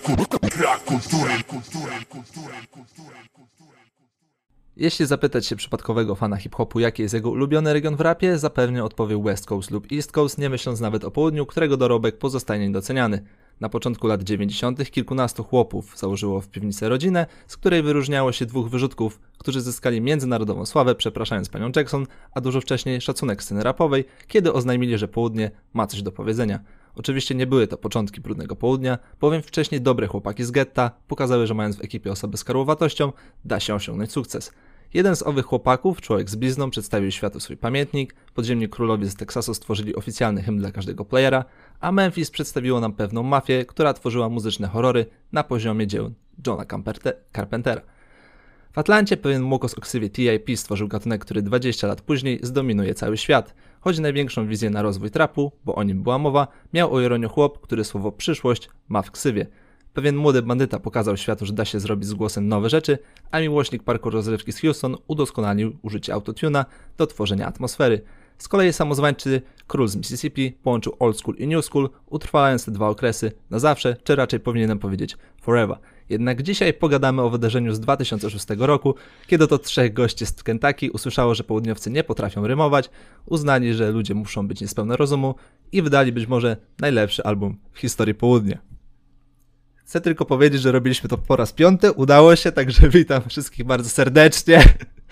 Jeśli zapytać się przypadkowego fana hip-hopu, jaki jest jego ulubiony region w rapie, zapewne odpowie West Coast lub East Coast, nie myśląc nawet o południu, którego dorobek pozostaje niedoceniany. Na początku lat 90. kilkunastu chłopów założyło w piwnicy rodzinę, z której wyróżniało się dwóch wyrzutków, którzy zyskali międzynarodową sławę, przepraszając panią Jackson, a dużo wcześniej szacunek sceny rapowej, kiedy oznajmili, że południe ma coś do powiedzenia. Oczywiście nie były to początki brudnego południa, bowiem wcześniej dobre chłopaki z getta pokazały, że mając w ekipie osobę z karłowatością, da się osiągnąć sukces. Jeden z owych chłopaków, człowiek z blizną, przedstawił światu swój pamiętnik, podziemni królowie z Teksasu stworzyli oficjalny hymn dla każdego playera, a Memphis przedstawiło nam pewną mafię, która tworzyła muzyczne horrory na poziomie dzieł Johna Carpentera. W Atlancie pewien młokos o ksywie T.I.P. stworzył gatunek, który 20 lat później zdominuje cały świat. Choć największą wizję na rozwój trapu, bo o nim była mowa, miał Ojeronio chłop, który słowo przyszłość ma w ksywie. Pewien młody bandyta pokazał światu, że da się zrobić z głosem nowe rzeczy, a miłośnik parku rozrywki z Houston udoskonalił użycie autotuna do tworzenia atmosfery. Z kolei samozwańczy król z Mississippi połączył old school i new school, utrwalając te dwa okresy na zawsze, czy raczej powinienem powiedzieć forever. Jednak dzisiaj pogadamy o wydarzeniu z 2006 roku, kiedy to trzech gości z Kentucky usłyszało, że południowcy nie potrafią rymować, uznali, że ludzie muszą być niespełna rozumu i wydali być może najlepszy album w historii południa. Chcę tylko powiedzieć, że robiliśmy to po raz 5, udało się, także witam wszystkich bardzo serdecznie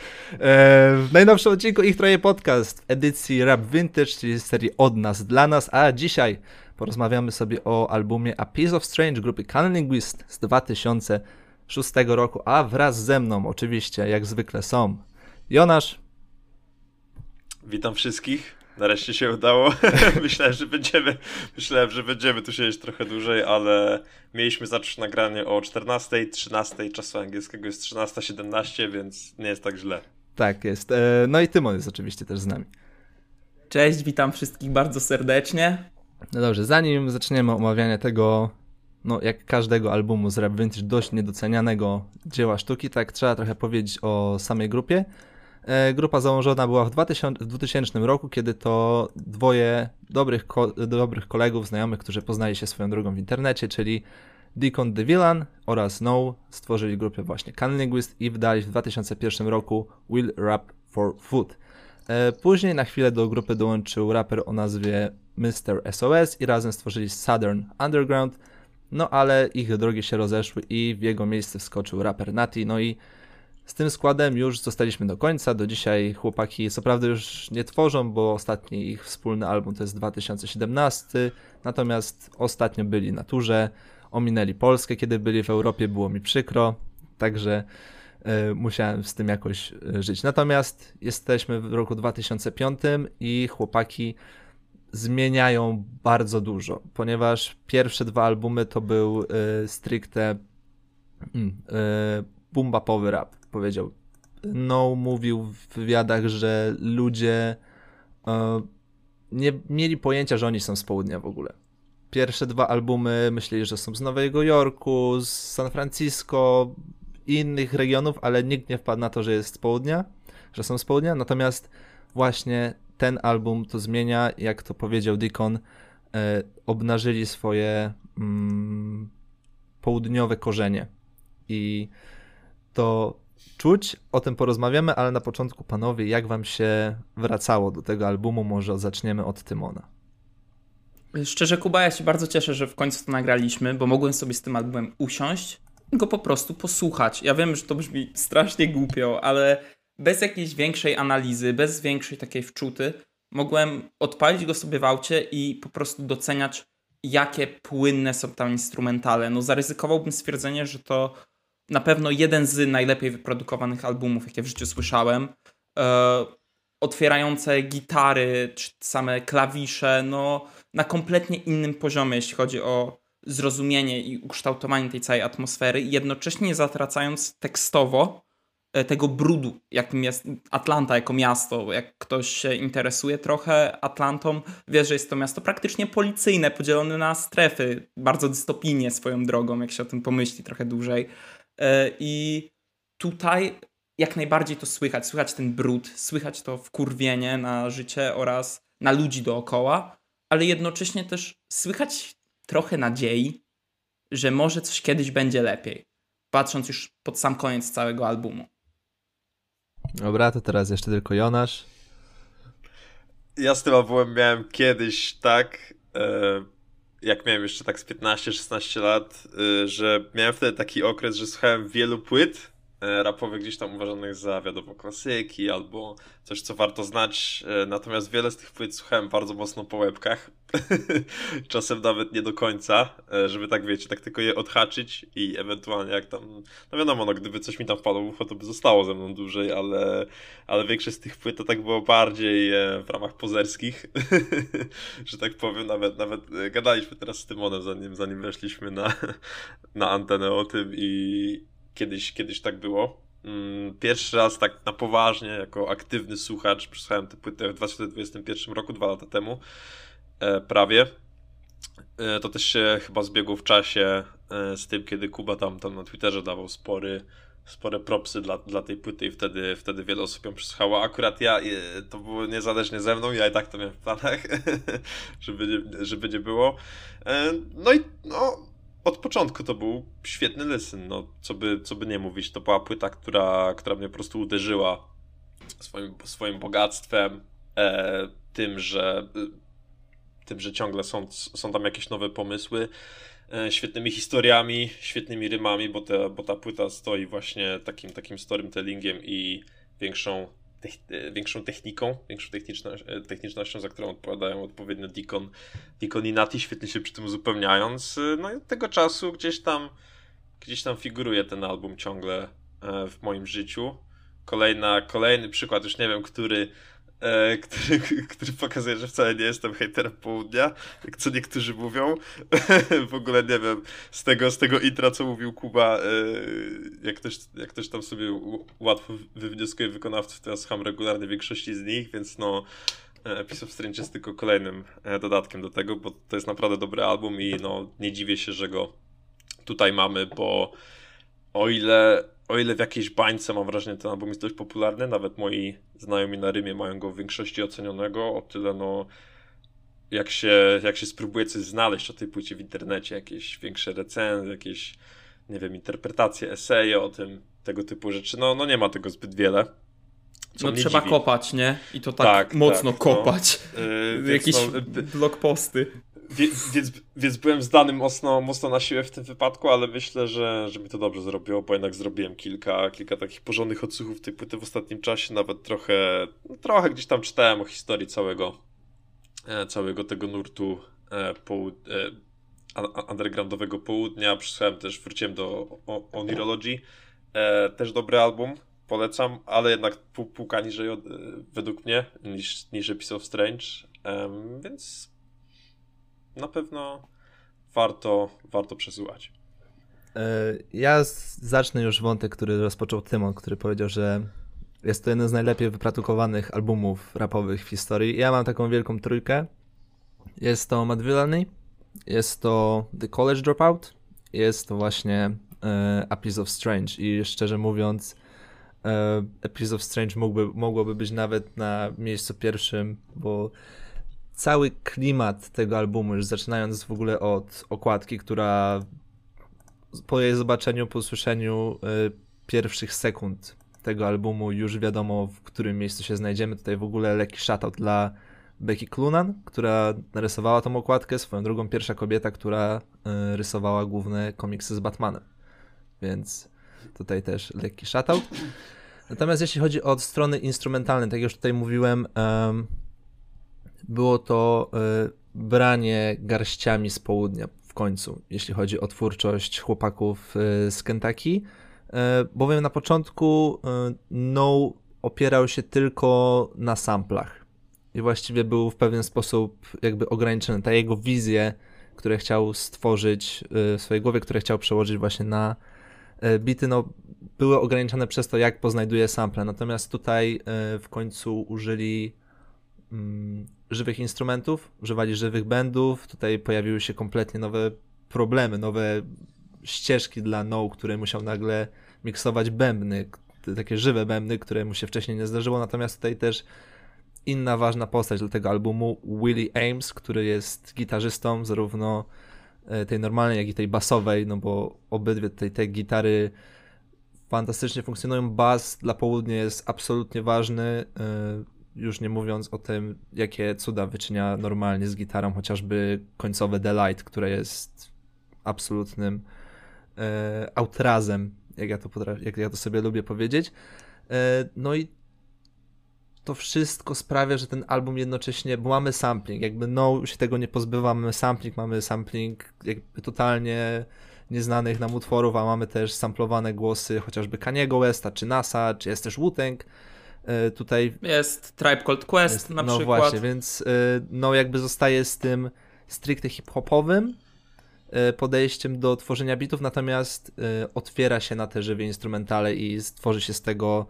w najnowszym odcinku Ich Troje Podcast w edycji Rap Vintage, czyli serii od nas dla nas, a dzisiaj porozmawiamy sobie o albumie A Piece of Strange grupy Cunlinguist z 2006 roku, a wraz ze mną oczywiście jak zwykle są Jonasz. Witam wszystkich. Nareszcie się udało. Myślałem, że będziemy tu siedzieć trochę dłużej, ale mieliśmy zacząć nagranie o 14:00, 13:00, czasu angielskiego jest 13:17, więc nie jest tak źle. Tak jest. No i Tymon jest oczywiście też z nami. Cześć, witam wszystkich bardzo serdecznie. No dobrze, zanim zaczniemy omawianie tego, no jak każdego albumu z Rap Vintage, dość niedocenianego dzieła sztuki, tak trzeba trochę powiedzieć o samej grupie. Grupa założona była w 2000 roku, kiedy to dwoje dobrych kolegów, znajomych, którzy poznali się swoją drogą w internecie, czyli Deacon the Villain oraz No, stworzyli grupę właśnie Cunlinguist i wydali w 2001 roku Will Rap for Food. Później na chwilę do grupy dołączył raper o nazwie Mr. SOS i razem stworzyli Southern Underground, no ale ich drogi się rozeszły i w jego miejsce wskoczył raper Natty, no i z tym składem już zostaliśmy do końca. Do dzisiaj chłopaki co prawda już nie tworzą, bo ostatni ich wspólny album to jest 2017, natomiast ostatnio byli na turze, ominęli Polskę, kiedy byli w Europie, było mi przykro, także musiałem z tym jakoś żyć. Natomiast jesteśmy w roku 2005 i chłopaki zmieniają bardzo dużo, ponieważ pierwsze dwa albumy to był stricte boom-bapowy rap, powiedział. No mówił w wywiadach, że ludzie nie mieli pojęcia, że oni są z południa w ogóle. Pierwsze dwa albumy myśleli, że są z Nowego Jorku, z San Francisco i innych regionów, ale nikt nie wpadł na to, że jest z południa, że są z południa. Natomiast właśnie ten album to zmienia, jak to powiedział Deacon, obnażyli swoje południowe korzenie. I to czuć, o tym porozmawiamy, ale na początku, panowie, jak wam się wracało do tego albumu? Może zaczniemy od Tymona. Szczerze, Kuba, ja się bardzo cieszę, że w końcu to nagraliśmy, bo mogłem sobie z tym albumem usiąść i go po prostu posłuchać. Ja wiem, że to brzmi strasznie głupio, ale bez jakiejś większej analizy, bez większej takiej wczuty, mogłem odpalić go sobie w aucie i po prostu doceniać, jakie płynne są tam instrumentale. No zaryzykowałbym stwierdzenie, że to na pewno jeden z najlepiej wyprodukowanych albumów, jakie w życiu słyszałem. Otwierające gitary, czy same klawisze, no na kompletnie innym poziomie, jeśli chodzi o zrozumienie i ukształtowanie tej całej atmosfery, jednocześnie nie zatracając tekstowo tego brudu, jakim jest Atlanta jako miasto. Jak ktoś się interesuje trochę Atlantą, wie, że jest to miasto praktycznie policyjne, podzielone na strefy, bardzo dystopijnie swoją drogą, jak się o tym pomyśli trochę dłużej. I tutaj jak najbardziej to słychać ten brud, słychać to wkurwienie na życie oraz na ludzi dookoła, ale jednocześnie też słychać trochę nadziei, że może coś kiedyś będzie lepiej, patrząc już pod sam koniec całego albumu. Dobra, to teraz jeszcze tylko Jonasz. Ja z tym albumem miałem kiedyś tak, jak miałem jeszcze tak z 15-16 lat, że miałem wtedy taki okres, że słuchałem wielu płyt rapowych gdzieś tam uważanych za, wiadomo, klasyki albo coś, co warto znać. Natomiast wiele z tych płyt słuchałem bardzo mocno po łebkach. Czasem nawet nie do końca, żeby tak, wiecie, tak tylko je odhaczyć i ewentualnie jak tam, no wiadomo, no gdyby coś mi tam wpadło w ucho, to by zostało ze mną dłużej, ale większość z tych płyt to tak było bardziej w ramach pozerskich, że tak powiem. Nawet gadaliśmy teraz z Tymonem, zanim weszliśmy na antenę o tym i kiedyś tak było. Pierwszy raz tak na poważnie, jako aktywny słuchacz, przesłuchałem tę płytę w 2021 roku, 2 lata temu, prawie. To też się chyba zbiegło w czasie z tym, kiedy Kuba tam na Twitterze dawał spore propsy dla tej płyty i wtedy wiele osób ją przesłuchało. Akurat ja, to było niezależnie ze mną, ja i tak to miałem w planach, żeby nie było. No i no, od początku to był świetny listen, no, co by nie mówić. To była płyta, która mnie po prostu uderzyła swoim bogactwem, tym, że ciągle są tam jakieś nowe pomysły, świetnymi historiami, świetnymi rymami, bo ta płyta stoi właśnie takim storytellingiem i większą techniką, większą technicznością, za którą odpowiadają odpowiednio Deacon i Nati, świetnie się przy tym uzupełniając. No i od tego czasu gdzieś tam figuruje ten album ciągle w moim życiu. Kolejny przykład, już nie wiem, który pokazuje, że wcale nie jestem hejterem południa, jak co niektórzy mówią. W ogóle nie wiem, z tego intra, co mówił Kuba, jak ktoś tam sobie łatwo wywnioskuje wykonawców, to ja słucham regularnie większości z nich, więc no Piece of Strange jest tylko kolejnym dodatkiem do tego, bo to jest naprawdę dobry album i no nie dziwię się, że go tutaj mamy, bo o ile w jakiejś bańce mam wrażenie, ten album jest dość popularny, nawet moi znajomi na Rymie mają go w większości ocenionego, o tyle no jak się spróbuje coś znaleźć o tej płycie w internecie, jakieś większe recenzje, jakieś, nie wiem, interpretacje, eseje o tym, tego typu rzeczy, no nie ma tego zbyt wiele. No trzeba kopać, nie? I to tak mocno kopać. Jakieś blog posty. Więc byłem zdany mocno na siłę w tym wypadku, ale myślę, że mi to dobrze zrobiło, bo jednak zrobiłem kilka takich porządnych odsłuchów tej płyty w ostatnim czasie, nawet trochę gdzieś tam czytałem o historii całego tego nurtu undergroundowego południa, wróciłem do Onirology, też dobry album, polecam, ale jednak półka niżej według mnie niż Piece of Strange, więc na pewno warto przesłuchać. Ja zacznę już wątek, który rozpoczął Tymon, który powiedział, że jest to jeden z najlepiej wyprodukowanych albumów rapowych w historii. Ja mam taką wielką trójkę. Jest to Mad Villainy, jest to The College Dropout, jest to właśnie A Piece of Strange i szczerze mówiąc A Piece of Strange mogłoby być nawet na miejscu pierwszym, bo cały klimat tego albumu, już zaczynając w ogóle od okładki, która po jej zobaczeniu, po usłyszeniu pierwszych sekund tego albumu już wiadomo, w którym miejscu się znajdziemy. Tutaj w ogóle lekki shoutout dla Becky Clunan, która narysowała tą okładkę, swoją drugą pierwsza kobieta, która rysowała główne komiksy z Batmanem. Więc tutaj też lekki shoutout. Natomiast jeśli chodzi o strony instrumentalne, tak jak już tutaj mówiłem, było to branie garściami z południa w końcu, jeśli chodzi o twórczość chłopaków z Kentucky, bowiem na początku No opierał się tylko na samplach i właściwie był w pewien sposób jakby ograniczony. Ta jego wizje, które chciał stworzyć w swojej głowie, które chciał przełożyć właśnie na bity, no były ograniczone przez to, jak poznajduje sample. Natomiast tutaj w końcu użyli żywych instrumentów, używali żywych bandów, tutaj pojawiły się kompletnie nowe problemy, nowe ścieżki dla No, które musiał nagle miksować bębny, takie żywe bębny, które mu się wcześniej nie zdarzyło, natomiast tutaj też inna ważna postać dla tego albumu, Willie Ames, który jest gitarzystą zarówno tej normalnej, jak i tej basowej, no bo obydwie te gitary fantastycznie funkcjonują. Bas dla Południa jest absolutnie ważny, już nie mówiąc o tym, jakie cuda wyczynia normalnie z gitarą, chociażby końcowe Delight, które jest absolutnym outrazem, jak ja to sobie lubię powiedzieć. No i to wszystko sprawia, że ten album jednocześnie, bo mamy sampling, jakby no się tego nie pozbywamy, mamy sampling jakby totalnie nieznanych nam utworów, a mamy też samplowane głosy chociażby Kaniego Westa, czy NASA, czy jest też Wu-Tang. Tutaj jest Tribe Called Quest jest, na no przykład. Właśnie, więc no jakby zostaje z tym stricte hip-hopowym podejściem do tworzenia bitów, natomiast otwiera się na te żywe instrumentale i stworzy się z tego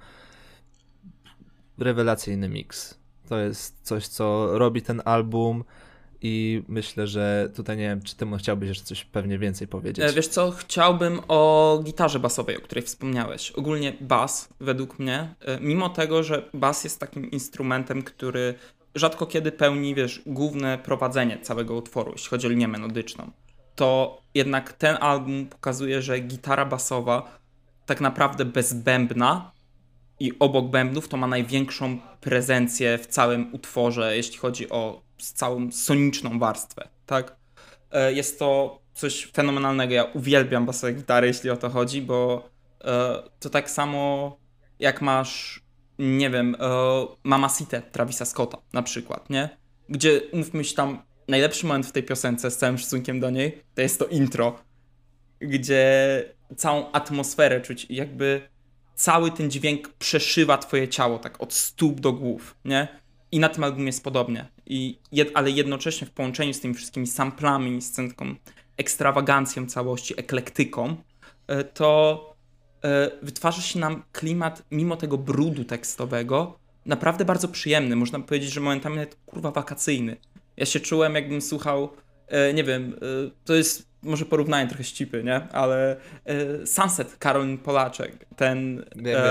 rewelacyjny miks. To jest coś, co robi ten album i myślę, że tutaj nie wiem, czy ty chciałbyś jeszcze coś pewnie więcej powiedzieć. Wiesz co, chciałbym o gitarze basowej, o której wspomniałeś. Ogólnie bas, według mnie, mimo tego, że bas jest takim instrumentem, który rzadko kiedy pełni, wiesz, główne prowadzenie całego utworu, jeśli chodzi o linię melodyczną, to jednak ten album pokazuje, że gitara basowa tak naprawdę bez bębna i obok bębnów to ma największą prezencję w całym utworze, jeśli chodzi o całą soniczną warstwę, tak? Jest to coś fenomenalnego. Ja uwielbiam basowe gitary, jeśli o to chodzi, bo to tak samo jak masz, nie wiem, Mamacitę Travisa Scotta na przykład, nie? Gdzie, umówmy się, tam najlepszy moment w tej piosence, z całym szacunkiem do niej, to jest to intro, gdzie całą atmosferę czuć, jakby cały ten dźwięk przeszywa twoje ciało, tak od stóp do głów, nie? I na tym albumie jest podobnie. Ale jednocześnie w połączeniu z tymi wszystkimi samplami, z taką ekstrawagancją całości, eklektyką, to wytwarza się nam klimat, mimo tego brudu tekstowego, naprawdę bardzo przyjemny. Można powiedzieć, że momentami nawet kurwa wakacyjny. Ja się czułem, jakbym słuchał, nie wiem, to jest może porównanie trochę ścipy, nie? Ale Sunset Karolin Polaczek, ten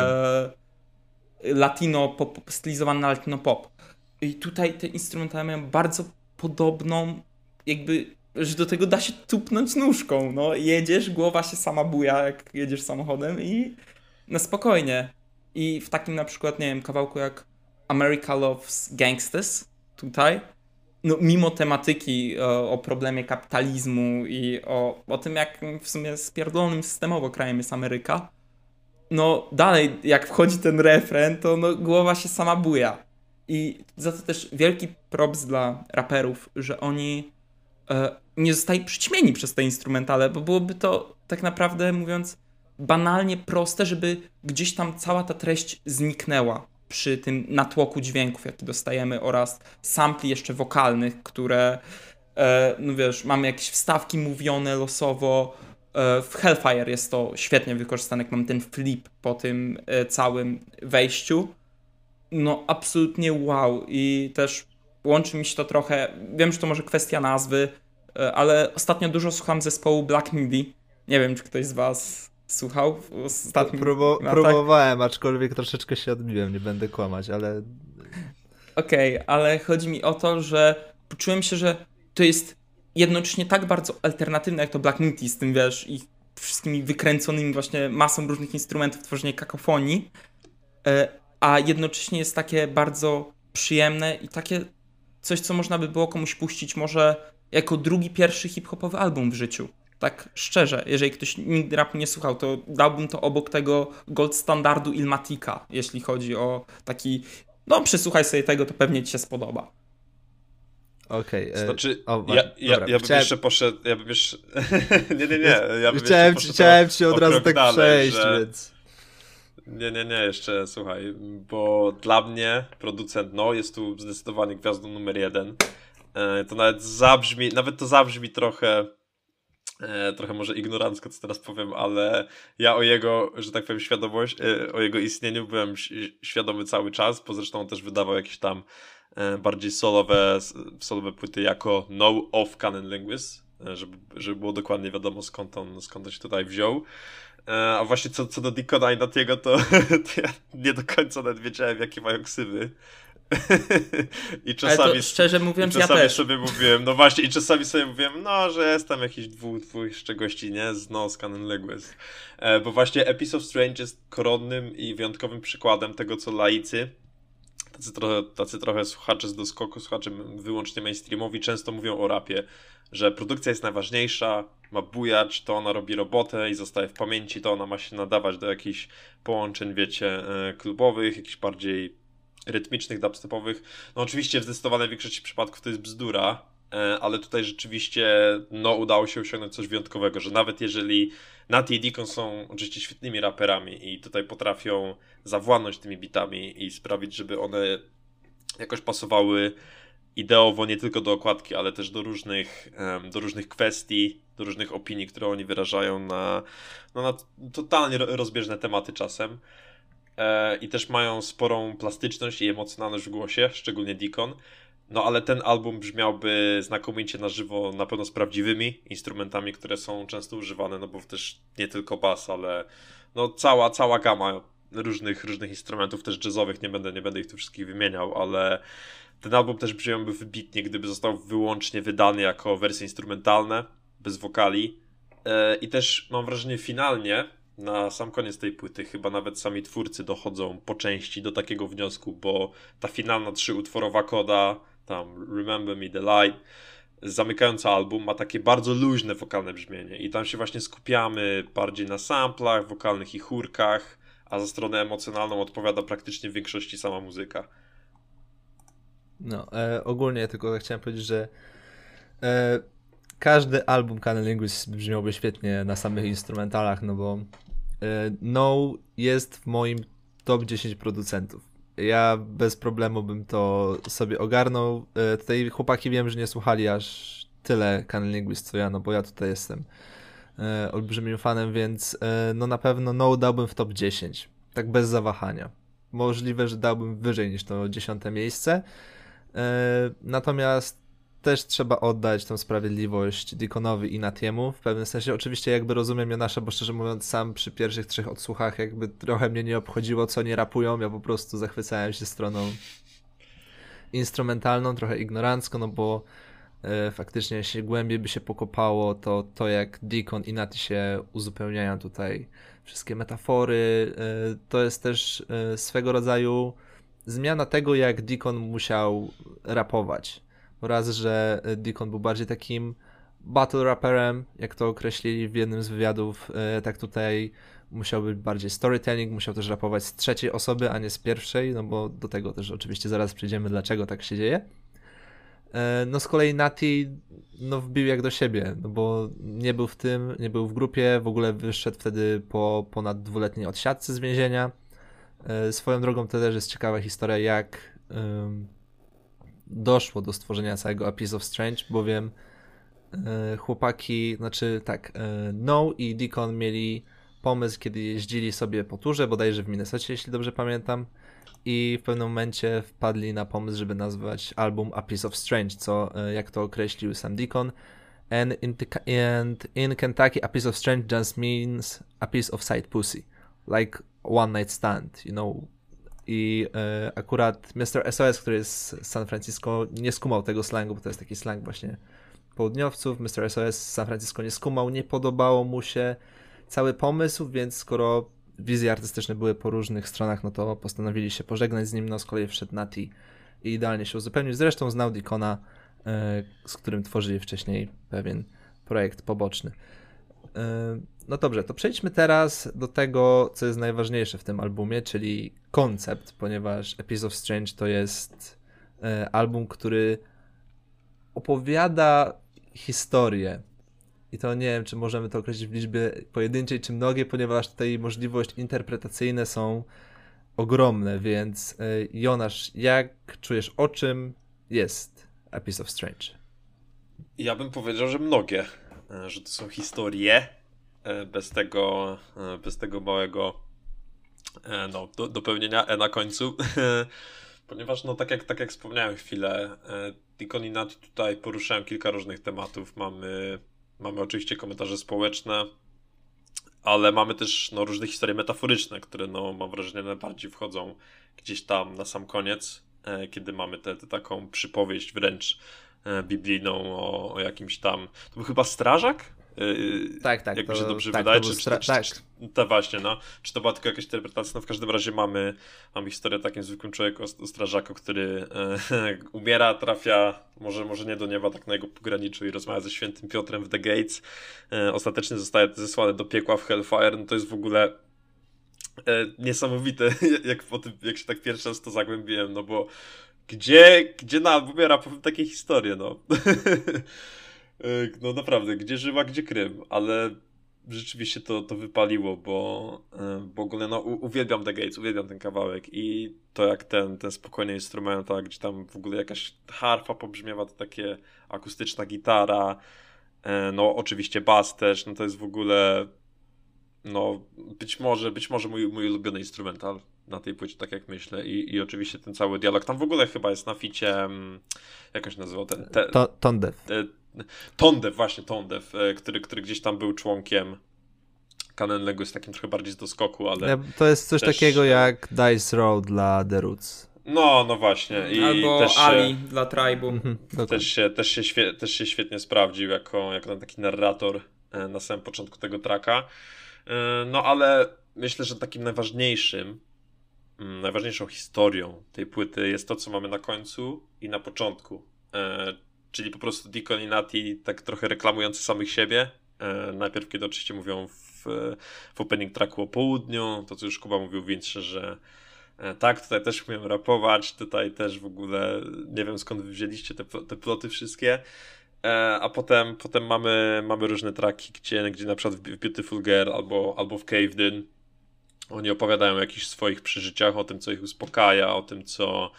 latino pop, stylizowany na latino pop. I tutaj te instrumenty mają bardzo podobną, jakby, że do tego da się tupnąć nóżką, no. Jedziesz, głowa się sama buja, jak jedziesz samochodem i na spokojnie. I w takim na przykład, nie wiem, kawałku jak America Loves Gangsters tutaj, no mimo tematyki o problemie kapitalizmu i o tym, jak w sumie spierdolonym systemowo krajem jest Ameryka, no dalej, jak wchodzi ten refren, to no, głowa się sama buja. I za to też wielki props dla raperów, że oni nie zostali przyćmieni przez te instrumentale, bo byłoby to tak naprawdę, mówiąc banalnie proste, żeby gdzieś tam cała ta treść zniknęła przy tym natłoku dźwięków, jaki dostajemy, oraz sampli jeszcze wokalnych, które, no wiesz, mamy jakieś wstawki mówione losowo. W Hellfire jest to świetnie wykorzystane, jak mam ten flip po tym całym wejściu. No absolutnie wow. I też łączy mi się to trochę, wiem, że to może kwestia nazwy, ale ostatnio dużo słucham zespołu Black Midi. Nie wiem, czy ktoś z was słuchał w ostatnim latach. Próbowałem, aczkolwiek troszeczkę się odbiłem, nie będę kłamać, ale... Okej, ale chodzi mi o to, że poczułem się, że to jest jednocześnie tak bardzo alternatywne, jak to Black Midi z tym, wiesz, i wszystkimi wykręconymi właśnie masą różnych instrumentów, tworzenie kakofonii, a jednocześnie jest takie bardzo przyjemne i takie coś, co można by było komuś puścić może jako drugi, pierwszy hip-hopowy album w życiu. Tak szczerze, jeżeli ktoś nigdy rapu nie słuchał, to dałbym to obok tego gold standardu Illmatica, jeśli chodzi o taki, no przesłuchaj sobie tego, to pewnie ci się spodoba. Okej. Znaczy, Dobra, ja bym jeszcze poszedł, ja bym jeszcze... nie, ja bym chciałem ci od razu tak dalej, przejść, że... więc... Nie, jeszcze słuchaj, bo dla mnie producent, no, jest tu zdecydowanie gwiazdą numer 1. To nawet to zabrzmi trochę może ignorancko, co teraz powiem, ale ja o jego, że tak powiem, o jego istnieniu byłem świadomy cały czas, bo zresztą on też wydawał jakieś tam bardziej solowe płyty jako No Off Canon Linguist, żeby było dokładnie wiadomo skąd on się tutaj wziął. A właśnie co do Deacona i Natiego, to ja nie do końca nawet wiedziałem, jakie mają ksywy. I Ale czasami, to szczerze mówiąc, i ja czasami też. sobie mówiłem, no właśnie, i czasami sobie mówiłem, no, że jest tam jakiś dwóch jeszcze gości, nie? Z Canon Linguist. Bo właśnie Epic of Strange jest koronnym i wyjątkowym przykładem tego, co laicy, tacy trochę słuchacze z doskoku, słuchacze wyłącznie mainstreamowi często mówią o rapie, że produkcja jest najważniejsza, ma bujać, to ona robi robotę i zostaje w pamięci, to ona ma się nadawać do jakichś połączeń, wiecie, klubowych, jakichś bardziej rytmicznych, dubstepowych. No oczywiście w zdecydowanej większości przypadków to jest bzdura, ale tutaj rzeczywiście no udało się osiągnąć coś wyjątkowego, że nawet jeżeli Natty i Deacon są oczywiście świetnymi raperami i tutaj potrafią zawładnąć tymi bitami i sprawić, żeby one jakoś pasowały ideowo nie tylko do okładki, ale też do różnych kwestii, do różnych opinii, które oni wyrażają na totalnie rozbieżne tematy czasem. I też mają sporą plastyczność i emocjonalność w głosie, szczególnie Deacon. No ale ten album brzmiałby znakomicie na żywo, na pewno z prawdziwymi instrumentami, które są często używane, no bo też nie tylko bas, ale no cała gama różnych instrumentów, też jazzowych, nie będę ich tu wszystkich wymieniał, ale ten album też brzmiałby wybitnie, gdyby został wyłącznie wydany jako wersje instrumentalne, bez wokali. I też mam wrażenie finalnie, na sam koniec tej płyty, chyba nawet sami twórcy dochodzą po części do takiego wniosku, bo ta finalna 3-utworowa koda, tam Remember Me, The Light, zamykająca album, ma takie bardzo luźne wokalne brzmienie i tam się właśnie skupiamy bardziej na samplach, wokalnych i chórkach, a za stronę emocjonalną odpowiada praktycznie w większości sama muzyka. No, ogólnie tylko chciałem powiedzieć, że każdy album Canon Linguist brzmiałby świetnie na samych instrumentalach, no bo No jest w moim top 10 producentów. Ja bez problemu bym to sobie ogarnął. Tutaj chłopaki wiem, że nie słuchali aż tyle Canon Linguist co ja, no bo ja tutaj jestem olbrzymim fanem, więc no na pewno No dałbym w top 10. Tak bez zawahania. Możliwe, że dałbym wyżej niż to 10. miejsce. Natomiast też trzeba oddać tą sprawiedliwość Deaconowi i Nattiemu w pewnym sensie. Oczywiście jakby rozumiem Jonasza, bo szczerze mówiąc sam przy pierwszych 3 odsłuchach jakby trochę mnie nie obchodziło, co nie rapują. Ja po prostu zachwycałem się stroną instrumentalną, trochę ignorancko, no bo faktycznie jeśli głębiej by się pokopało, to jak Deacon i Natty się uzupełniają tutaj wszystkie metafory, to jest też swego rodzaju zmiana tego, jak Deacon musiał rapować. Raz, że Deacon był bardziej takim battle rapperem, jak to określili w jednym z wywiadów, tak tutaj musiał być bardziej storytelling, musiał też rapować z trzeciej osoby, a nie z pierwszej, no bo do tego też oczywiście zaraz przejdziemy, dlaczego tak się dzieje. No z kolei Natty no wbił jak do siebie, no bo nie był w grupie, w ogóle wyszedł wtedy po ponad 2-letniej odsiadce z więzienia. Swoją drogą to też jest ciekawa historia, jak doszło do stworzenia całego A Piece of Strange, bowiem chłopaki, znaczy tak, No i Deacon mieli pomysł, kiedy jeździli sobie po turze, bodajże w Minnesocie, jeśli dobrze pamiętam, i w pewnym momencie wpadli na pomysł, żeby nazwać album A Piece of Strange, co jak to określił sam Deacon, and in Kentucky A Piece of Strange just means a piece of side pussy, like one night stand, you know. I akurat Mr. SOS, który jest z San Francisco, nie skumał tego slangu, bo to jest taki slang właśnie południowców. Mr. SOS z San Francisco nie skumał, nie podobało mu się cały pomysł, więc skoro wizje artystyczne były po różnych stronach, no to postanowili się pożegnać z nim, no z kolei wszedł Natty i idealnie się uzupełnił. Zresztą znał Deacona, z którym tworzyli wcześniej pewien projekt poboczny. No dobrze, to przejdźmy teraz do tego, co jest najważniejsze w tym albumie, czyli koncept, ponieważ A Piece of Strange to jest album, który opowiada historię. I to nie wiem, czy możemy to określić w liczbie pojedynczej, czy mnogiej, ponieważ tutaj możliwości interpretacyjne są ogromne, więc Jonasz, jak czujesz, o czym jest A Piece of Strange? Ja bym powiedział, że mnogie, że to są historie, bez tego małego dopełnienia na końcu, ponieważ no tak jak wspomniałem chwilę, Deacon i Natty tutaj poruszają kilka różnych tematów. Mamy oczywiście komentarze społeczne, ale mamy też różne historie metaforyczne, które mam wrażenie najbardziej wchodzą gdzieś tam na sam koniec. kiedy mamy tę taką przypowieść wręcz biblijną o jakimś tam... To był chyba strażak? Tak, Jak mi się dobrze tak, wydaje, tak. To właśnie, no. Czy to była tylko jakaś interpretacja? No w każdym razie mamy historię o takim zwykłym człowieku, o strażaku, który umiera, trafia, może nie do nieba, tak na jego pograniczu i rozmawia ze świętym Piotrem w The Gates. Ostatecznie zostaje zesłany do piekła w Hellfire. No to jest w ogóle niesamowite, jak się tak pierwszy raz to zagłębiłem, no bo gdzie na albumie rapowym takie historie, no. No naprawdę, gdzie żyła, gdzie Krym, ale rzeczywiście to wypaliło, bo w ogóle no, uwielbiam The Gates, uwielbiam ten kawałek i to jak ten spokojny instrumental, gdzie tam w ogóle jakaś harfa pobrzmiewa, to takie akustyczna gitara, no oczywiście bas też, no to jest w ogóle no być może mój ulubiony instrumental na tej płycie, tak jak myślę i oczywiście ten cały dialog, tam w ogóle chyba jest na ficie, jak on się nazywał, Tone Tondev, właśnie Tondev, który gdzieś tam był członkiem Canon Legu, jest takim trochę bardziej z doskoku, ale... To jest coś też, takiego jak Dice Road dla The Roots. No właśnie. I albo też Ali dla Tribe'u. Też się świetnie sprawdził jako ten taki narrator na samym początku tego tracka. No ale myślę, że takim najważniejszą historią tej płyty jest to, co mamy na końcu i na początku. Czyli po prostu Deacon i Natty tak trochę reklamujący samych siebie. Najpierw, kiedy oczywiście mówią w opening tracku o południu, to co już Kuba mówił Vince, że tak, tutaj też umiem rapować, tutaj też w ogóle nie wiem skąd wy wzięliście te ploty wszystkie. A potem mamy różne tracki, gdzie na przykład w Beautiful Girl albo w Caved In oni opowiadają o jakichś swoich przeżyciach, o tym, co ich uspokaja, o tym, co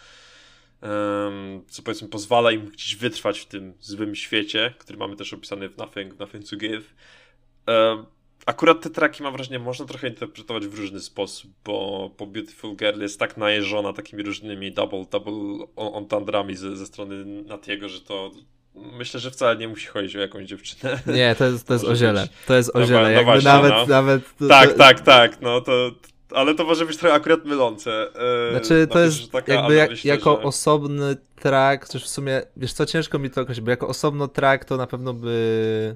powiedzmy pozwala im gdzieś wytrwać w tym złym świecie, który mamy też opisany w Nothing to Give. Akurat te traki, mam wrażenie, można trochę interpretować w różny sposób, bo Beautiful Girl jest tak najeżona takimi różnymi double entendrami ze strony Nattiego, że to myślę, że wcale nie musi chodzić o jakąś dziewczynę. Nie, to jest o ziele. To jest o ziele. No Jakby właśnie, nawet tak, no to... Ale to może być trochę akurat mylące. Znaczy to jest taka, jakby myślę, jako że... osobny track, coś w sumie, wiesz co, ciężko mi to określić, bo jako osobno track to na pewno by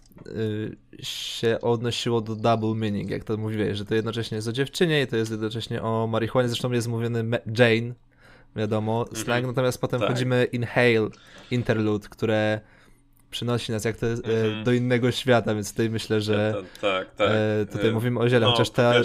się odnosiło do double meaning, jak to mówiłeś, że to jednocześnie jest o dziewczynie i to jest jednocześnie o marihuanie, zresztą jest mówiony Jane, wiadomo, slang, natomiast potem wchodzimy Inhale, Interlude, które przynosi nas jak to jest, do innego świata, więc tutaj myślę, że tutaj mówimy o ziele, chociaż ta...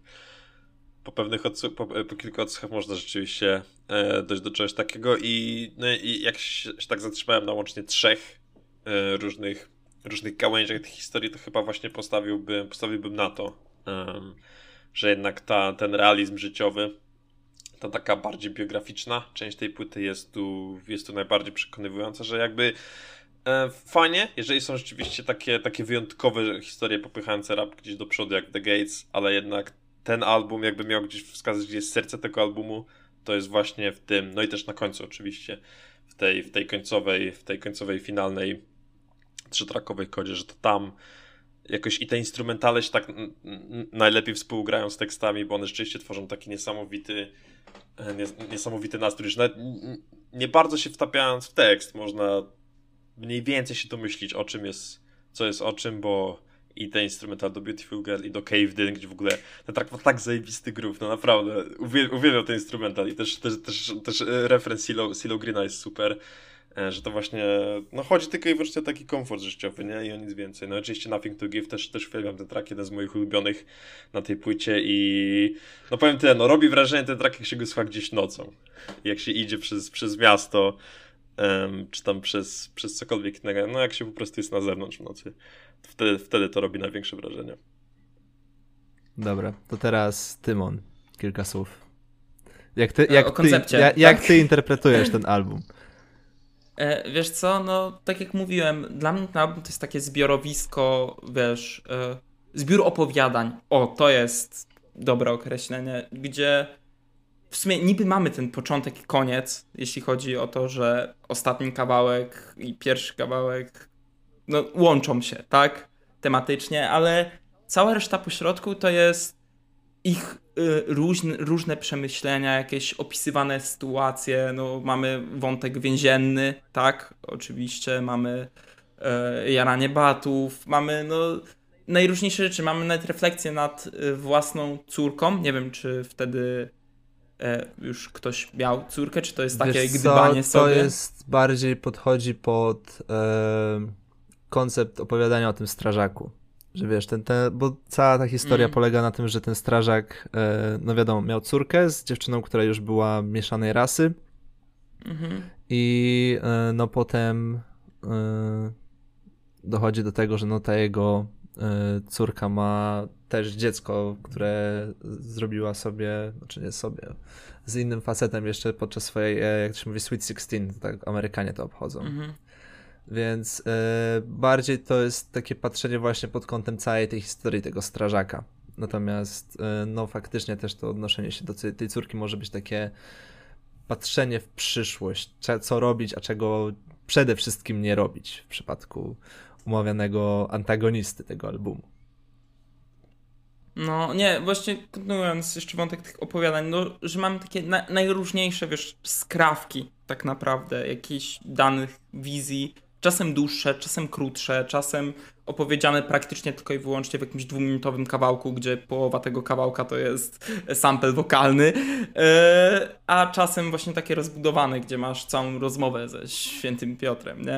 Po kilku odsłuchach można rzeczywiście dojść do czegoś takiego i jak się tak zatrzymałem na łącznie 3 różnych gałęziach tej historii, to chyba właśnie postawiłbym na to, że jednak ten realizm życiowy, ta taka bardziej biograficzna część tej płyty jest tu najbardziej przekonywująca, że jakby fajnie, jeżeli są rzeczywiście takie wyjątkowe historie popychające rap gdzieś do przodu jak The Gates, ale jednak ten album jakby miał gdzieś wskazać, gdzie jest serce tego albumu, to jest właśnie w tym, no i też na końcu oczywiście, w tej końcowej finalnej 3-trackowej kodzie, że to tam jakoś i te instrumentale się tak najlepiej współgrają z tekstami, bo one rzeczywiście tworzą taki niesamowity nastrój, że nawet nie bardzo się wtapiając w tekst, można mniej więcej się domyślić, o czym jest, co jest o czym, bo i te instrumental do Beautiful Girl i do Caved In, gdzie w ogóle ten track ma tak zajebisty groove, no naprawdę, uwielbiam ten instrumental i też referenc Silo Greena jest super, że to właśnie, no chodzi tylko i wyłącznie o taki komfort życiowy, nie? I o nic więcej. No oczywiście Nothing to Give, też uwielbiam ten track, jeden z moich ulubionych na tej płycie i no powiem tyle, no robi wrażenie ten track, jak się go słucha gdzieś nocą, jak się idzie przez miasto, czy tam przez cokolwiek innego, no jak się po prostu jest na zewnątrz w nocy, wtedy to robi największe wrażenie. Dobra, to teraz Tymon, kilka słów. Jak ty interpretujesz ten album? Wiesz co, no tak jak mówiłem, dla mnie ten album to jest takie zbiorowisko, wiesz, zbiór opowiadań. O, to jest dobre określenie, gdzie w sumie niby mamy ten początek i koniec, jeśli chodzi o to, że ostatni kawałek i pierwszy kawałek no, łączą się, tak? Tematycznie, ale cała reszta pośrodku to jest ich różne przemyślenia, jakieś opisywane sytuacje, no mamy wątek więzienny, tak, oczywiście, mamy jaranie batów, mamy no najróżniejsze rzeczy, mamy nawet refleksję nad własną córką, nie wiem czy wtedy już ktoś miał córkę, czy to jest takie Wiesz co, gdybanie sobie? To jest bardziej podchodzi pod koncept opowiadania o tym strażaku. Że wiesz, bo cała ta historia polega na tym, że ten strażak, no wiadomo, miał córkę z dziewczyną, która już była mieszanej rasy i no potem dochodzi do tego, że no ta jego córka ma też dziecko, które zrobiła sobie, znaczy nie sobie, z innym facetem jeszcze podczas swojej, jak to się mówi, Sweet 16, tak Amerykanie to obchodzą. Więc bardziej to jest takie patrzenie właśnie pod kątem całej tej historii tego strażaka. Natomiast no faktycznie też to odnoszenie się do tej córki może być takie patrzenie w przyszłość, co robić, a czego przede wszystkim nie robić w przypadku umawianego antagonisty tego albumu. No nie, właśnie kontynuując jeszcze wątek tych opowiadań, no, że mamy takie najróżniejsze, wiesz, skrawki tak naprawdę jakichś danych wizji, czasem dłuższe, czasem krótsze, czasem opowiedziane praktycznie tylko i wyłącznie w jakimś 2-minutowym kawałku, gdzie połowa tego kawałka to jest sample wokalny, a czasem właśnie takie rozbudowane, gdzie masz całą rozmowę ze Świętym Piotrem, nie?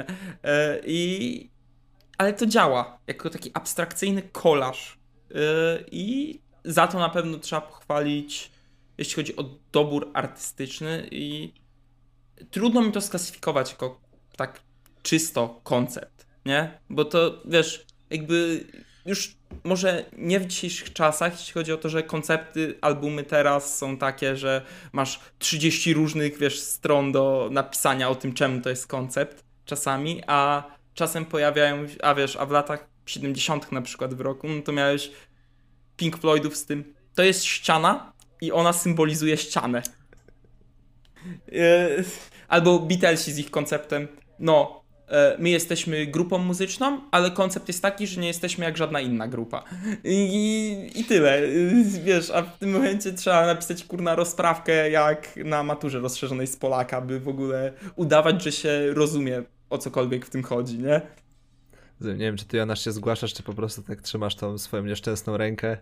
Ale to działa jako taki abstrakcyjny kolaż. I za to na pewno trzeba pochwalić, jeśli chodzi o dobór artystyczny, i trudno mi to sklasyfikować jako tak czysto koncept, nie? Bo to, wiesz, jakby już może nie w dzisiejszych czasach, jeśli chodzi o to, że koncepty, albumy teraz są takie, że masz 30 różnych, wiesz, stron do napisania o tym, czemu to jest koncept czasami, a czasem pojawiają, a w latach 70. na przykład w roku, no to miałeś Pink Floydów z tym, to jest ściana i ona symbolizuje ścianę. Albo Beatlesi z ich konceptem, no, my jesteśmy grupą muzyczną, ale koncept jest taki, że nie jesteśmy jak żadna inna grupa. I tyle. Wiesz, a w tym momencie trzeba napisać kurna rozprawkę jak na maturze rozszerzonej z Polaka, by w ogóle udawać, że się rozumie, o cokolwiek w tym chodzi, nie? Nie wiem, czy ty, Jonasz, się zgłaszasz, czy po prostu tak trzymasz tą swoją nieszczęsną rękę?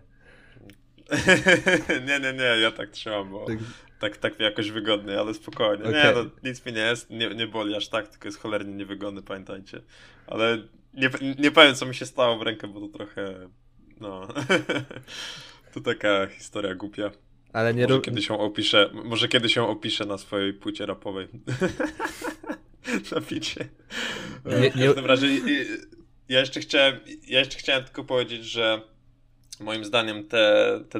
Nie, ja tak trzymam, bo tak mi jakoś wygodnie, ale spokojnie. Okay. Nie, no, nic mi nie jest, nie boli aż tak, tylko jest cholernie niewygodny, pamiętajcie. Ale nie powiem, co mi się stało w rękę, bo to trochę, no, to taka historia głupia. Ale nie może kiedyś ją opiszę na swojej płycie rapowej. Na picie. W każdym razie ja jeszcze chciałem tylko powiedzieć, że moim zdaniem te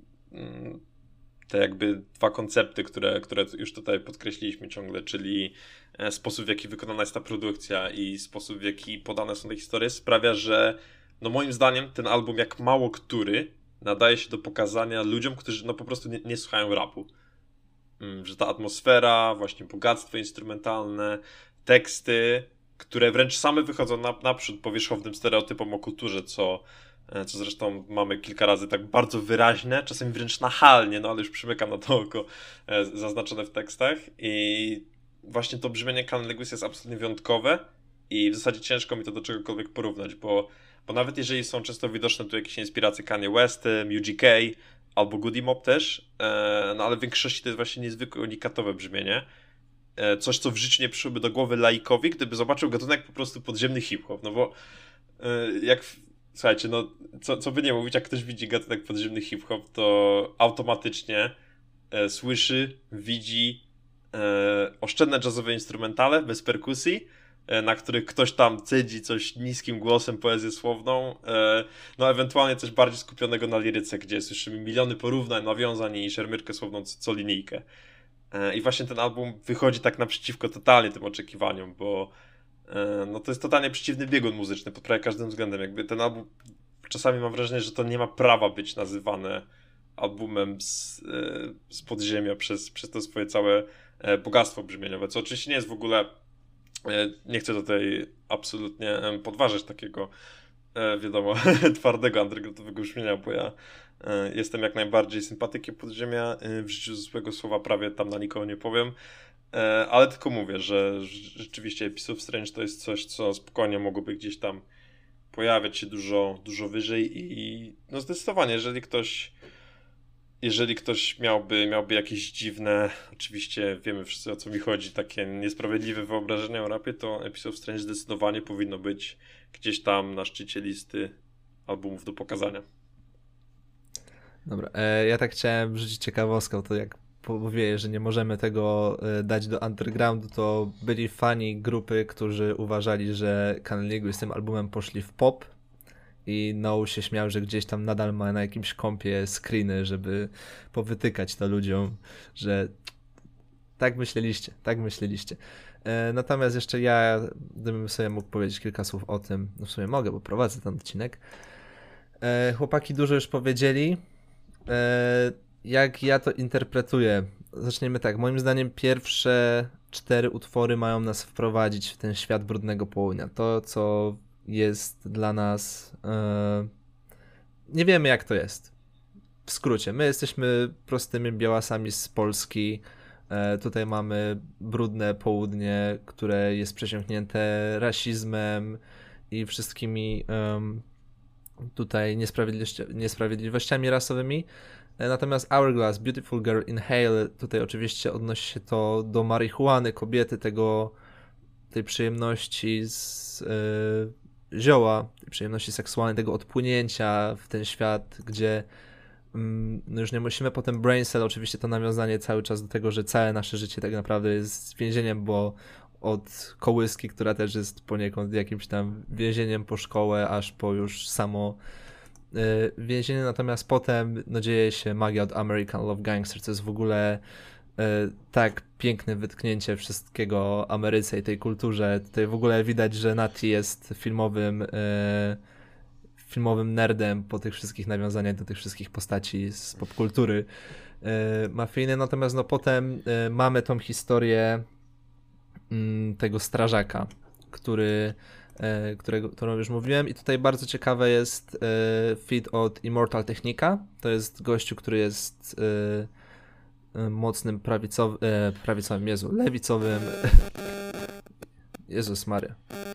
dwa koncepty, które już tutaj podkreśliliśmy ciągle, czyli sposób, w jaki wykonana jest ta produkcja i sposób, w jaki podane są te historie, sprawia, że no moim zdaniem ten album, jak mało który, nadaje się do pokazania ludziom, którzy no po prostu nie słuchają rapu. Że ta atmosfera, właśnie bogactwo instrumentalne, teksty, które wręcz same wychodzą naprzód powierzchownym stereotypom o kulturze, co zresztą mamy kilka razy tak bardzo wyraźne, czasem wręcz nachalnie, no ale już przymykam na to oko, zaznaczone w tekstach. I właśnie to brzmienie Canon Lewis jest absolutnie wyjątkowe i w zasadzie ciężko mi to do czegokolwiek porównać, bo nawet jeżeli są często widoczne tu jakieś inspiracje Kanye Westem, UGK albo Goody Mob też, no ale w większości to jest właśnie niezwykle unikatowe brzmienie. Coś, co w życiu nie przyszłoby do głowy laikowi, gdyby zobaczył gatunek po prostu podziemny hip-hop, no bo słuchajcie, no co by nie mówić, jak ktoś widzi gatunek podziemny hip-hop, to automatycznie słyszy, widzi oszczędne jazzowe instrumentale bez perkusji, na których ktoś tam cedzi coś niskim głosem, poezję słowną, no ewentualnie coś bardziej skupionego na liryce, gdzie słyszymy miliony porównań, nawiązań i szermierkę słowną co linijkę. I właśnie ten album wychodzi tak naprzeciwko totalnie tym oczekiwaniom, bo no to jest totalnie przeciwny biegun muzyczny pod prawie każdym względem. Jakby ten album, czasami mam wrażenie, że to nie ma prawa być nazywane albumem z podziemia przez to swoje całe bogactwo brzmieniowe, co oczywiście nie jest w ogóle, nie chcę tutaj absolutnie podważać takiego wiadomo, twardego undergroundowego brzmienia, bo ja jestem jak najbardziej sympatykiem podziemia. W życiu złego słowa prawie tam na nikogo nie powiem. Ale tylko mówię, że rzeczywiście Epic of Strange to jest coś, co spokojnie mogłoby gdzieś tam pojawiać się dużo wyżej i no zdecydowanie, jeżeli ktoś miałby jakieś dziwne, oczywiście wiemy wszyscy o co mi chodzi, takie niesprawiedliwe wyobrażenia o rapie, to Epic of Strange zdecydowanie powinno być gdzieś tam na szczycie listy albumów do pokazania. Dobra, ja tak chciałem wrzucić ciekawostkę, to jak mówię, że nie możemy tego dać do undergroundu, to byli fani grupy, którzy uważali, że Canaligu z tym albumem poszli w pop i No się śmiał, że gdzieś tam nadal ma na jakimś kompie screeny, żeby powytykać to ludziom, że tak myśleliście. Natomiast jeszcze ja, gdybym sobie mógł powiedzieć kilka słów o tym, no w sumie mogę, bo prowadzę ten odcinek. Chłopaki dużo już powiedzieli. Jak ja to interpretuję? Zaczniemy tak. Moim zdaniem pierwsze 4 utwory mają nas wprowadzić w ten świat Brudnego Południa. To, co jest dla nas... nie wiemy, jak to jest. W skrócie. My jesteśmy prostymi białasami z Polski. Tutaj mamy brudne południe, które jest przesiąknięte rasizmem i wszystkimi tutaj niesprawiedliwościami rasowymi. Natomiast Hourglass, Beautiful Girl, Inhale, tutaj oczywiście odnosi się to do marihuany, kobiety, tej przyjemności z zioła, tej przyjemności seksualnej, tego odpłynięcia w ten świat, gdzie no już nie musimy potem Brain Cell, oczywiście to nawiązanie cały czas do tego, że całe nasze życie tak naprawdę jest więzieniem, bo od kołyski, która też jest poniekąd jakimś tam więzieniem po szkołę, aż po już samo więzienie, natomiast potem no, dzieje się magia od American Love Gangster, co jest w ogóle tak piękne wytknięcie wszystkiego o Ameryce i tej kulturze. Tutaj w ogóle widać, że Natty jest filmowym nerdem po tych wszystkich nawiązaniach do tych wszystkich postaci z popkultury mafijnej, natomiast no potem mamy tą historię tego strażaka, którą już mówiłem i tutaj bardzo ciekawe jest feat od Immortal Technica. To jest gościu, który jest mocnym lewicowym Jezus Maria.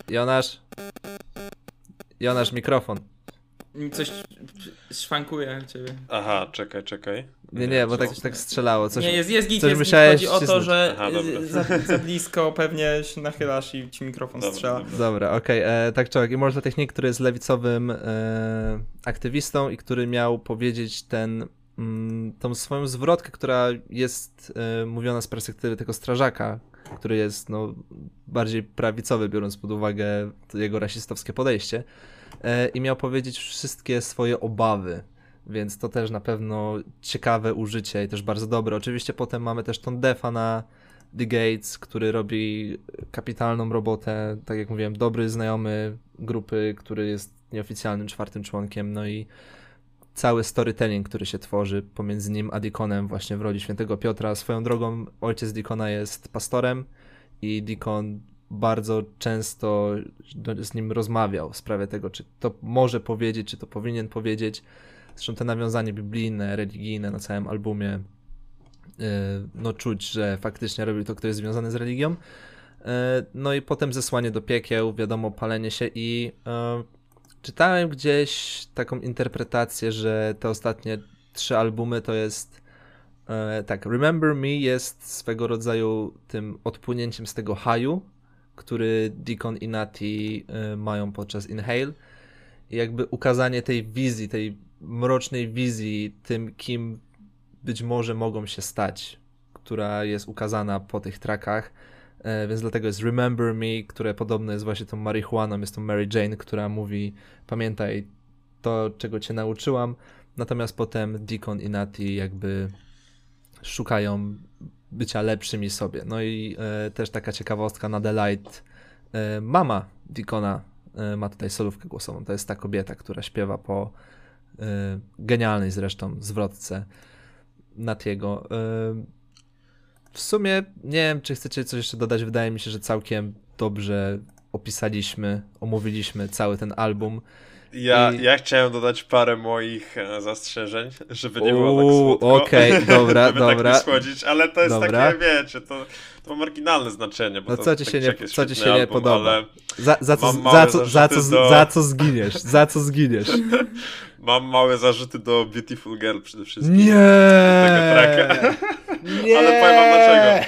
Jonasz, mikrofon. Coś szwankuje ciebie. Aha, czekaj. Nie, bo tak strzelało. Nie, jest git, coś chodzi o to, że Aha, za blisko pewnie się nachylasz i ci mikrofon strzela. Dobra, okej. Tak człowiek, Immortal Technique, który jest lewicowym aktywistą i który miał powiedzieć tą swoją zwrotkę, która jest mówiona z perspektywy tego strażaka, który jest no, bardziej prawicowy, biorąc pod uwagę jego rasistowskie podejście. I miał powiedzieć wszystkie swoje obawy, więc to też na pewno ciekawe użycie i też bardzo dobre. Oczywiście potem mamy też Tone Defa na The Gates, który robi kapitalną robotę, tak jak mówiłem, dobry znajomy grupy, który jest nieoficjalnym 4. członkiem, no i cały storytelling, który się tworzy pomiędzy nim a Deaconem właśnie w roli Świętego Piotra. Swoją drogą ojciec Deacona jest pastorem i Deacon bardzo często z nim rozmawiał w sprawie tego, czy to może powiedzieć, czy to powinien powiedzieć. Zresztą te nawiązanie biblijne, religijne na całym albumie, no czuć, że faktycznie robił to ktoś związany z religią. No i potem zesłanie do piekieł, wiadomo, palenie się i czytałem gdzieś taką interpretację, że te ostatnie 3 albumy to jest tak, Remember Me jest swego rodzaju tym odpłynięciem z tego haju, który Deacon i Natty mają podczas Inhale i jakby ukazanie tej wizji, tej mrocznej wizji tym, kim być może mogą się stać, która jest ukazana po tych trackach, więc dlatego jest Remember Me, które podobno jest właśnie tą marihuaną, jest tą Mary Jane, która mówi pamiętaj to, czego cię nauczyłam, natomiast potem Deacon i Natty jakby szukają bycia lepszymi sobie. No i też taka ciekawostka na The Light. Mama Deacona ma tutaj solówkę głosową. To jest ta kobieta, która śpiewa po genialnej zresztą zwrotce Nattiego. W sumie nie wiem, czy chcecie coś jeszcze dodać. Wydaje mi się, że całkiem dobrze omówiliśmy cały ten album. Ja chciałem dodać parę moich zastrzeżeń, żeby nie było tak słodko. Okej, dobra, żeby dobra. tak nie schodzić, ale to jest Dobra. takie, wiecie, to ma marginalne znaczenie, bo No to co ci tak się jak nie, jest co ci świetny się nie album, podoba? ale Za mam małe zarzuty za co zginiesz? Za co zginiesz? mam małe zarzuty do Beautiful Girl przede wszystkim. Nie! Do tego tracka. Nie! Ale powiem wam dlaczego.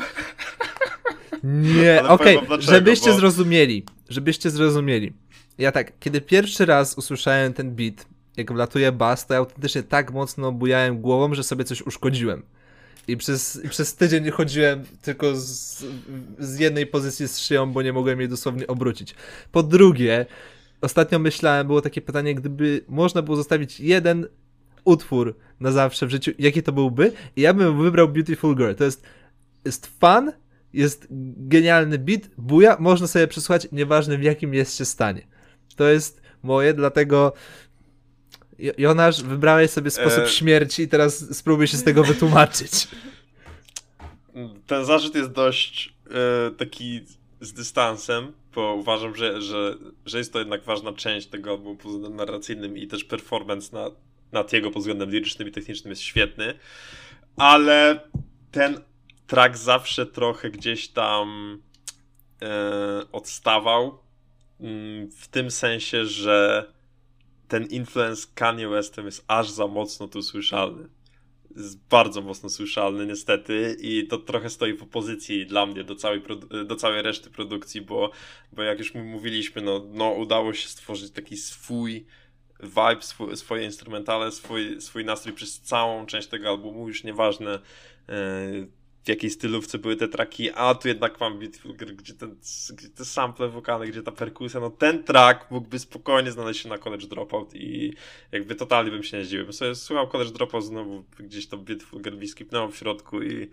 Nie, Ale okej, powiem wam dlaczego, żebyście zrozumieli. Ja tak, kiedy pierwszy raz usłyszałem ten beat, jak wlatuje bas, to ja autentycznie tak mocno bujałem głową, że sobie coś uszkodziłem. I przez tydzień chodziłem tylko z jednej pozycji z szyją, bo nie mogłem jej dosłownie obrócić. Po drugie, ostatnio myślałem, było takie pytanie, gdyby można było zostawić jeden utwór na zawsze w życiu, jaki to byłby? I ja bym wybrał Beautiful Girl. To jest fun, jest genialny beat, buja, można sobie przesłuchać, nieważne w jakim jest się stanie. To jest moje, dlatego Jonasz, wybrałeś sobie sposób śmierci i teraz spróbuj się z tego wytłumaczyć. Ten zarzut jest dość taki z dystansem, bo uważam, że jest to jednak ważna część tego albumu pod względem narracyjnym i też performance nad jego pod względem lirycznym i technicznym jest świetny, ale ten track zawsze trochę gdzieś tam odstawał, w tym sensie, że ten influence Kanye Westem jest aż za mocno tu słyszalny. Jest bardzo mocno słyszalny niestety i to trochę stoi w opozycji dla mnie do całej reszty produkcji, bo jak już mówiliśmy, no udało się stworzyć taki swój vibe, swoje instrumentale, swój nastrój przez całą część tego albumu, już nieważne w jakiej stylówce były te traki, a tu jednak mam Beautiful Girl, gdzie te sample wokalne, gdzie ta perkusja, no ten track mógłby spokojnie znaleźć się na College Dropout i jakby totalnie bym się nie zdziwił, bym sobie słuchał College Dropout, znowu gdzieś to Beautiful Girl mi skipnęło w środku i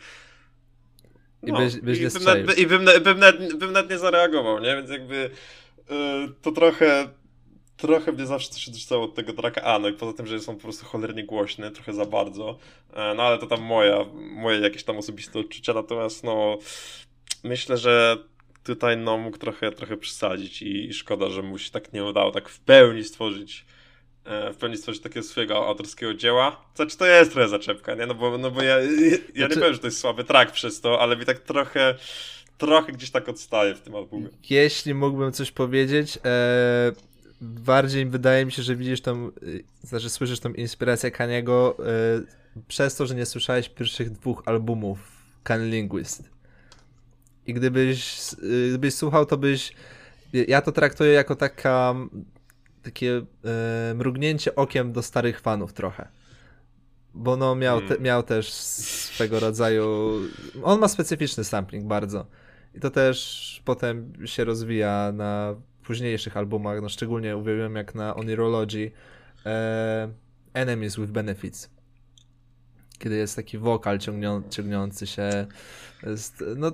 bym nawet nie zareagował, nie? Więc jakby to trochę mnie zawsze się dostało od tego tracka, no i poza tym, że są po prostu cholernie głośne, trochę za bardzo, no ale to tam moje jakieś tam osobiste odczucia, natomiast no myślę, że tutaj no mógł trochę przesadzić i szkoda, że mu się tak nie udało tak w pełni stworzyć takiego swojego autorskiego dzieła. Znaczy to jest trochę zaczepka, nie? No bo ja nie powiem, że to jest słaby track przez to, ale mi tak trochę gdzieś tak odstaje w tym albumie. Jeśli mógłbym coś powiedzieć, bardziej wydaje mi się, że widzisz słyszysz tą inspirację Kaniego przez to, że nie słyszałeś pierwszych 2 albumów Canlinguist. I gdybyś słuchał, to ja to traktuję jako takie mrugnięcie okiem do starych fanów trochę. Bo no miał też swego rodzaju... On ma specyficzny sampling bardzo. I to też potem się rozwija na późniejszych albumach, no szczególnie uwielbiam jak na Onirology Enemies with Benefits. Kiedy jest taki wokal ciągnący się. No,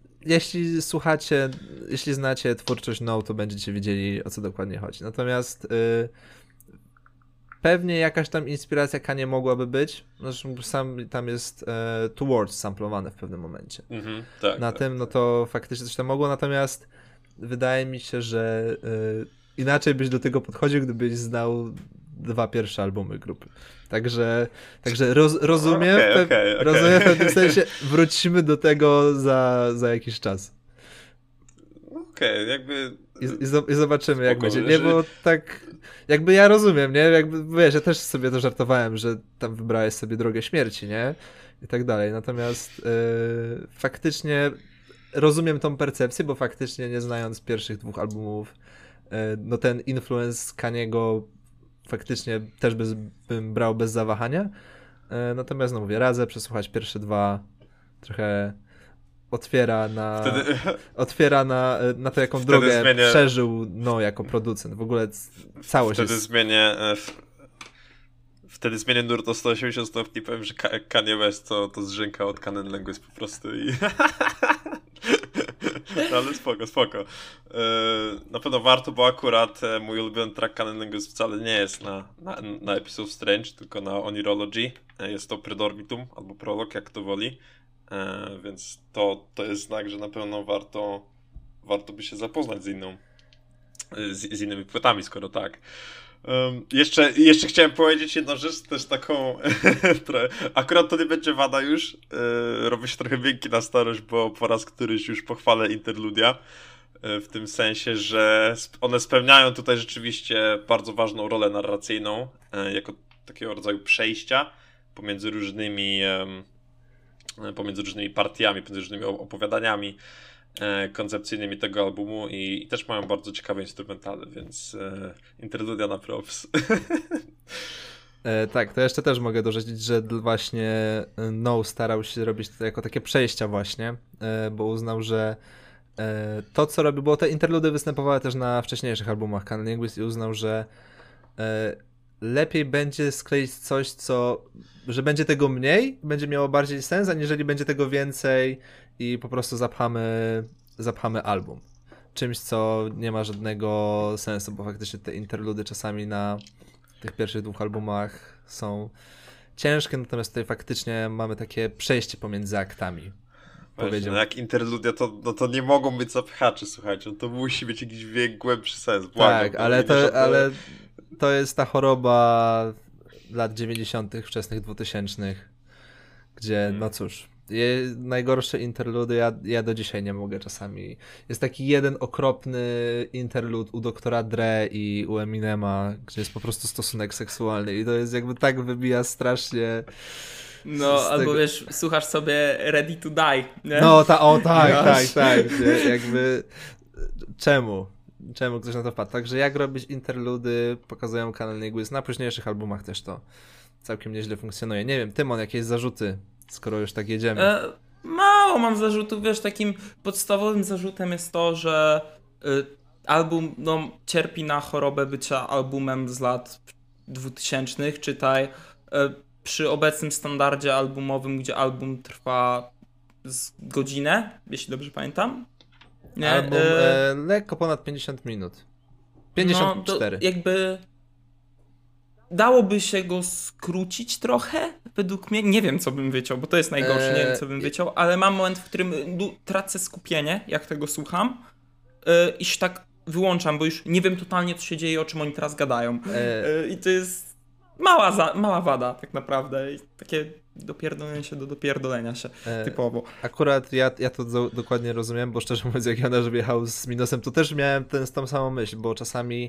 jeśli znacie twórczość No, to będziecie wiedzieli, o co dokładnie chodzi. Natomiast pewnie jakaś tam inspiracja Kanye mogłaby być. Zresztą sam tam jest Towards samplowane w pewnym momencie. Tak. Tym, no to faktycznie coś tam mogło, natomiast wydaje mi się, że inaczej byś do tego podchodził, gdybyś znał 2 pierwsze albumy grupy. Także rozumiem, rozumiem w pewnym sensie, wrócimy do tego za jakiś czas. Okej, jakby... I zobaczymy, jak będzie. Jeżeli... Nie, bo tak jakby ja rozumiem, nie? Jakby wiesz, ja też sobie to żartowałem, że tam wybrałeś sobie drogę śmierci, nie? I tak dalej. Natomiast faktycznie rozumiem tą percepcję, bo faktycznie nie znając pierwszych 2 albumów, no ten influence Kaniego faktycznie też bym brał bez zawahania. Natomiast no mówię, radzę przesłuchać pierwsze 2, trochę otwiera na to, jaką drogę przeżył no jako producent. W ogóle całość Wtedy zmienię nurt o 180 stopni i powiem, że Kanye West to zrzynka od Canon Language po prostu i... Ale spoko. Na pewno warto, bo akurat mój ulubiony track Canon Language wcale nie jest na Episode of Strange, tylko na Onirology. Jest to Predormitum, albo Prolog, jak to woli. Więc to jest znak, że na pewno warto by się zapoznać z innymi płytami, skoro tak. Jeszcze chciałem powiedzieć jedną rzecz, też taką, akurat to nie będzie wada już, robię się trochę miękki na starość, bo po raz któryś już pochwalę Interludia, w tym sensie, że one spełniają tutaj rzeczywiście bardzo ważną rolę narracyjną, jako takiego rodzaju przejścia pomiędzy różnymi partiami, pomiędzy różnymi opowiadaniami koncepcyjnymi tego albumu i też mają bardzo ciekawe instrumentale, więc Interludia na props. Tak, to jeszcze też mogę dorzucić, że właśnie No starał się robić to jako takie przejścia właśnie, bo uznał, że to co robił, bo te interludy występowały też na wcześniejszych albumach Canon Linguist i uznał, że lepiej będzie skleić coś, że będzie tego mniej, będzie miało bardziej sens, aniżeli będzie tego więcej i po prostu zapchamy album. Czymś, co nie ma żadnego sensu, bo faktycznie te interludy czasami na tych pierwszych 2 albumach są ciężkie, natomiast tutaj faktycznie mamy takie przejście pomiędzy aktami. Właśnie, no jak interludia, to nie mogą być zapychacze, słuchajcie, to musi mieć jakiś głębszy sens. Błagam, tak, ale to jest ta choroba lat 90., wczesnych 2000, gdzie, no cóż, najgorsze interludy, ja do dzisiaj nie mogę czasami. Jest taki jeden okropny interlud u Doktora Dre i u Eminema, gdzie jest po prostu stosunek seksualny i to jest jakby tak wybija strasznie. No, albo wiesz, słuchasz sobie Ready to Die, nie? No, tak. Jakby czemu ktoś na to wpadł? Także jak robić interludy, pokazują Canon Linguist. Na późniejszych albumach też to całkiem nieźle funkcjonuje. Nie wiem, Tymon, jakieś zarzuty, skoro już tak jedziemy? Mało mam zarzutów, wiesz, takim podstawowym zarzutem jest to, że album cierpi na chorobę bycia albumem z lat 2000, czytaj przy obecnym standardzie albumowym, gdzie album trwa godzinę, jeśli dobrze pamiętam. Nie? Album lekko ponad 50 minut. 54. No, jakby dałoby się go skrócić trochę, według mnie. Nie wiem, co bym wyciął, bo to jest najgorsze, nie wiem, co bym wyciął, ale mam moment, w którym tracę skupienie, jak tego słucham i się tak wyłączam, bo już nie wiem totalnie, co się dzieje, o czym oni teraz gadają. I to jest mała wada tak naprawdę i takie dopierdolenie się do dopierdolenia się typowo. Akurat ja to dokładnie rozumiem, bo szczerze mówiąc, jak Jonasz wjechał z Minosem, to też miałem tą samą myśl, bo czasami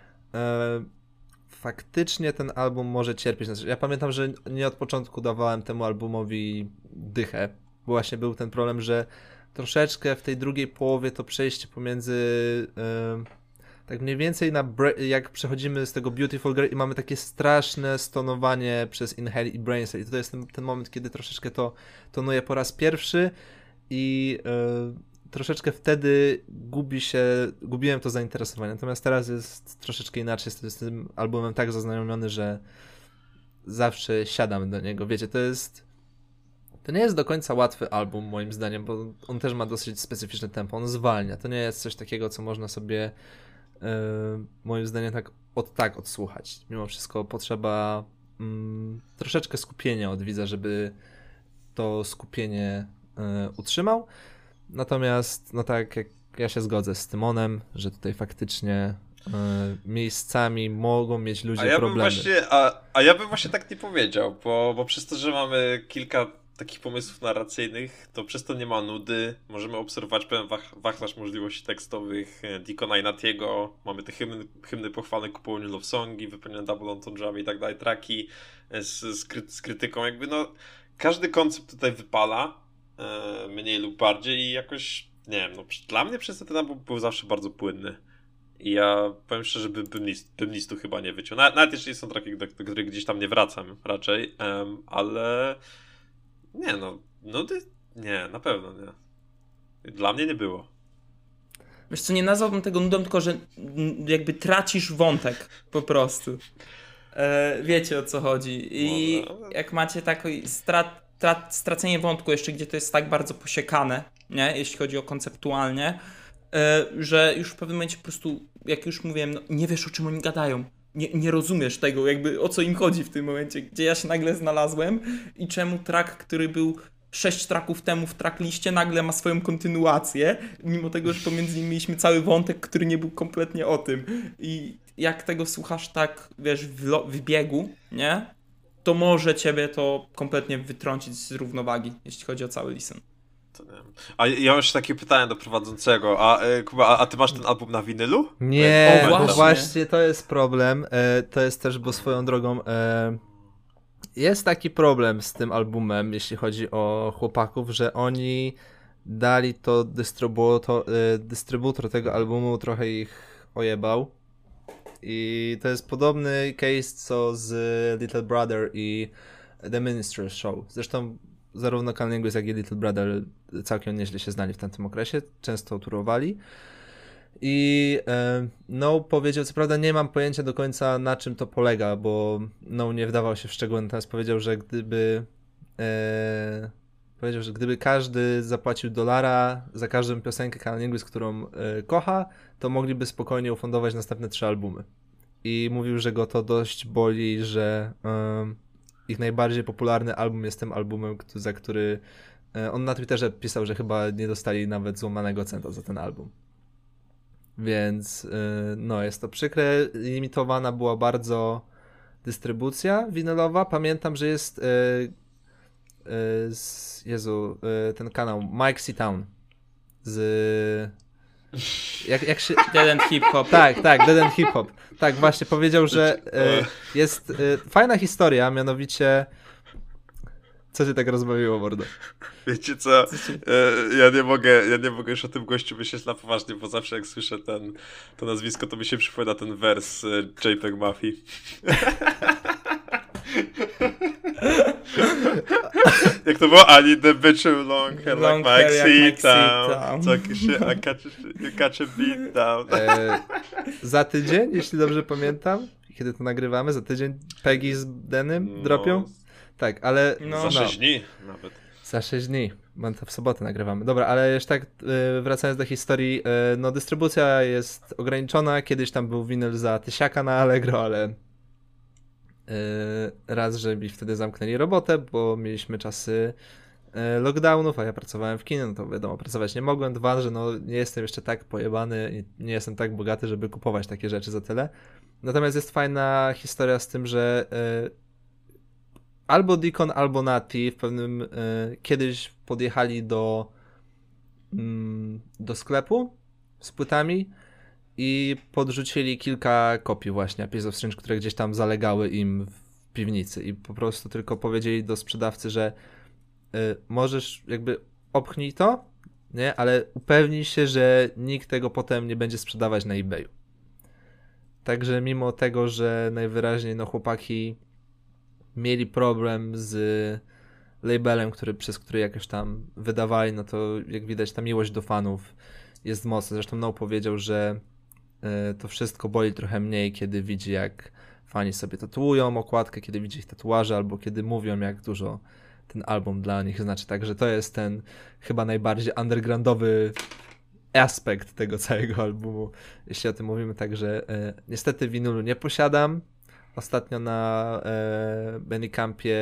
faktycznie ten album może cierpieć. Znaczy, ja pamiętam, że nie od początku dawałem temu albumowi dychę, bo właśnie był ten problem, że troszeczkę w tej drugiej połowie to przejście pomiędzy tak mniej więcej jak przechodzimy z tego Beautiful Girl i mamy takie straszne stonowanie przez Inhale i Brainstorm i to jest ten moment, kiedy troszeczkę to tonuje po raz pierwszy i troszeczkę wtedy gubiłem to zainteresowanie. Natomiast teraz jest troszeczkę inaczej, jestem z tym albumem tak zaznajomiony, że zawsze siadam do niego. Wiecie, to nie jest do końca łatwy album moim zdaniem, bo on też ma dosyć specyficzne tempo, on zwalnia. To nie jest coś takiego, co można sobie moim zdaniem tak odsłuchać. Mimo wszystko potrzeba troszeczkę skupienia od widza, żeby to skupienie utrzymał. Natomiast, no tak jak ja się zgodzę z Tymonem, że tutaj faktycznie miejscami mogą mieć ludzie problemy. Ja bym właśnie tak nie powiedział, bo przez to, że mamy kilka takich pomysłów narracyjnych, to przez to nie ma nudy, możemy obserwować pewien wachlarz możliwości tekstowych Deacona i Natiego, mamy te hymny pochwalne ku południu love songi, wypełnione double entendre'ami i tak dalej, traki z krytyką, jakby no każdy koncept tutaj wypala, mniej lub bardziej i jakoś, nie wiem, no dla mnie przez to ten album był zawsze bardzo płynny. I ja powiem szczerze, bym listu chyba nie wyciął. Nawet jeśli są traki, do których gdzieś tam nie wracam raczej, ale nie no, nudy? Nie, na pewno nie. Dla mnie nie było. Wiesz co, nie nazwałbym tego nudą, tylko że jakby tracisz wątek po prostu. Wiecie, o co chodzi. I jak macie taki stracenie wątku jeszcze, gdzie to jest tak bardzo posiekane, nie? Jeśli chodzi o konceptualnie, że już w pewnym momencie po prostu, jak już mówiłem, no, nie wiesz, o czym oni gadają. Nie rozumiesz tego, jakby o co im chodzi w tym momencie, gdzie ja się nagle znalazłem i czemu track, który był 6 tracków temu w trackliście, nagle ma swoją kontynuację, mimo tego, że pomiędzy nimi mieliśmy cały wątek, który nie był kompletnie o tym. I jak tego słuchasz tak, wiesz, w biegu, nie? To może ciebie to kompletnie wytrącić z równowagi, jeśli chodzi o cały listen. To nie wiem. A ja mam jeszcze takie pytanie do prowadzącego. Kuba, a ty masz ten album na winylu? Nie, O, bo właśnie. właśnie to jest problem. To jest też, bo swoją drogą jest taki problem z tym albumem, jeśli chodzi o chłopaków, że oni dali to dystrybutor tego albumu trochę ich ojebał. I to jest podobny case co z Little Brother i The Minstrel Show. Zresztą zarówno Kanye West, jak i Little Brother całkiem nieźle się znali w tamtym okresie, często turowali. I No powiedział, co prawda nie mam pojęcia do końca na czym to polega, bo No nie wdawał się w szczegóły, natomiast powiedział, że gdyby każdy zapłacił $1 za każdą piosenkę Kanye West, którą kocha, to mogliby spokojnie ufundować następne 3 albumy. I mówił, że go to dość boli, że ich najbardziej popularny album jest tym albumem, za który on na Twitterze pisał, że chyba nie dostali nawet złamanego centa za ten album. Więc no jest to przykre. Limitowana była bardzo dystrybucja winylowa. Pamiętam, że jest ten kanał Mike C. Town z jak się... Dead End Hip Hop. Tak, Dead End Hip Hop. Tak, właśnie powiedział, że jest fajna historia, mianowicie co cię tak rozbawiło, mordo? Wiecie co, ja nie mogę już o tym gościu myśleć na poważnie, bo zawsze jak słyszę to nazwisko, to mi się przypomina ten wers JPEG Mafii. Jak to było? I need the bitch with long hair like Mike C. Town. You catch a beat down. Za tydzień, jeśli dobrze pamiętam, kiedy to nagrywamy, za tydzień Peggy z Denym dropią. Tak, ale... Za 6 dni nawet. Za 6 dni. Bo to w sobotę nagrywamy. Dobra, ale jeszcze tak wracając do historii, no dystrybucja jest ograniczona. Kiedyś tam był winyl za 1000 na Allegro, ale raz, że mi wtedy zamknęli robotę, bo mieliśmy czasy lockdownów, a ja pracowałem w kinie, no to wiadomo, pracować nie mogłem. 2, że no nie jestem jeszcze tak pojebany i nie jestem tak bogaty, żeby kupować takie rzeczy za tyle. Natomiast jest fajna historia z tym, że albo Deacon, albo Nati w pewnym kiedyś podjechali do sklepu z płytami i podrzucili kilka kopii właśnie Piece of Strange, które gdzieś tam zalegały im w piwnicy i po prostu tylko powiedzieli do sprzedawcy, że możesz jakby opchnij to, nie? Ale upewnij się, że nikt tego potem nie będzie sprzedawać na eBayu. Także mimo tego, że najwyraźniej no chłopaki mieli problem z labelem, przez który jakoś tam wydawali, no to jak widać ta miłość do fanów jest mocna. Zresztą No powiedział, że to wszystko boli trochę mniej, kiedy widzi jak fani sobie tatuują okładkę, kiedy widzi ich tatuaże, albo kiedy mówią jak dużo ten album dla nich znaczy. Także to jest ten chyba najbardziej undergroundowy aspekt tego całego albumu, jeśli o tym mówimy. Także niestety winylu nie posiadam. Ostatnio na Bandcampie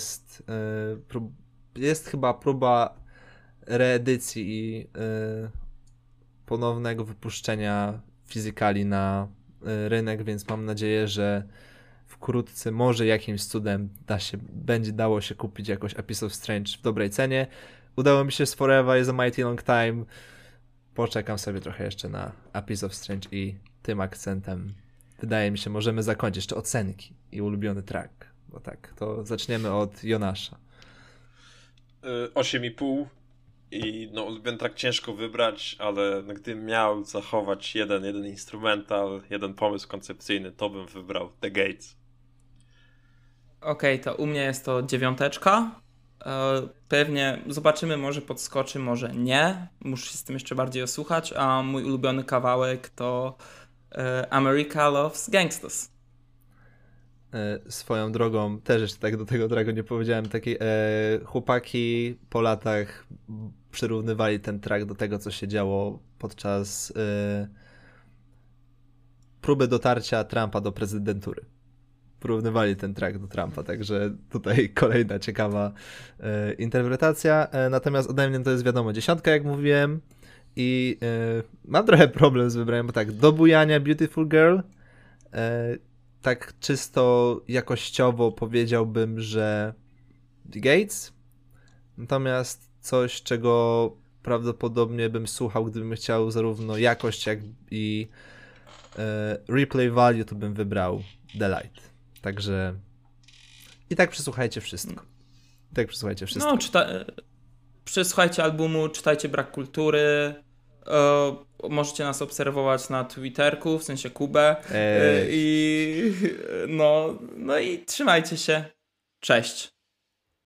jest chyba próba reedycji i ponownego wypuszczenia fizykali na rynek, więc mam nadzieję, że wkrótce może jakimś cudem będzie dało się kupić jakoś A Piece of Strange w dobrej cenie. Udało mi się z Forever is a Mighty Long Time. Poczekam sobie trochę jeszcze na A Piece of Strange i tym akcentem wydaje mi się, możemy zakończyć jeszcze ocenki i ulubiony track, bo tak, to zaczniemy od Jonasza. 8,5 i no ulubiony track ciężko wybrać, ale no, gdybym miał zachować jeden instrumental, jeden pomysł koncepcyjny, to bym wybrał The Gates. Okej, to u mnie jest to 9. Pewnie zobaczymy, może podskoczy, może nie. Muszę się z tym jeszcze bardziej osłuchać, a mój ulubiony kawałek to America Loves Gangsters. Swoją drogą, też jeszcze tak do tego tracku nie powiedziałem, takie chłopaki po latach przyrównywali ten track do tego, co się działo podczas próby dotarcia Trumpa do prezydentury. Porównywali ten track do Trumpa, także tutaj kolejna ciekawa interpretacja. Natomiast ode mnie to jest wiadomo 10, jak mówiłem, i mam trochę problem z wybraniem, bo tak, do bujania Beautiful Girl, Tak czysto jakościowo powiedziałbym, że The Gates. Natomiast coś, czego prawdopodobnie bym słuchał, gdybym chciał zarówno jakość, jak i replay value, to bym wybrał The Light. Także i tak przesłuchajcie wszystko. No, przesłuchajcie albumu, czytajcie Brak Kultury. Możecie nas obserwować na Twitterku, w sensie Kubę. I trzymajcie się. Cześć.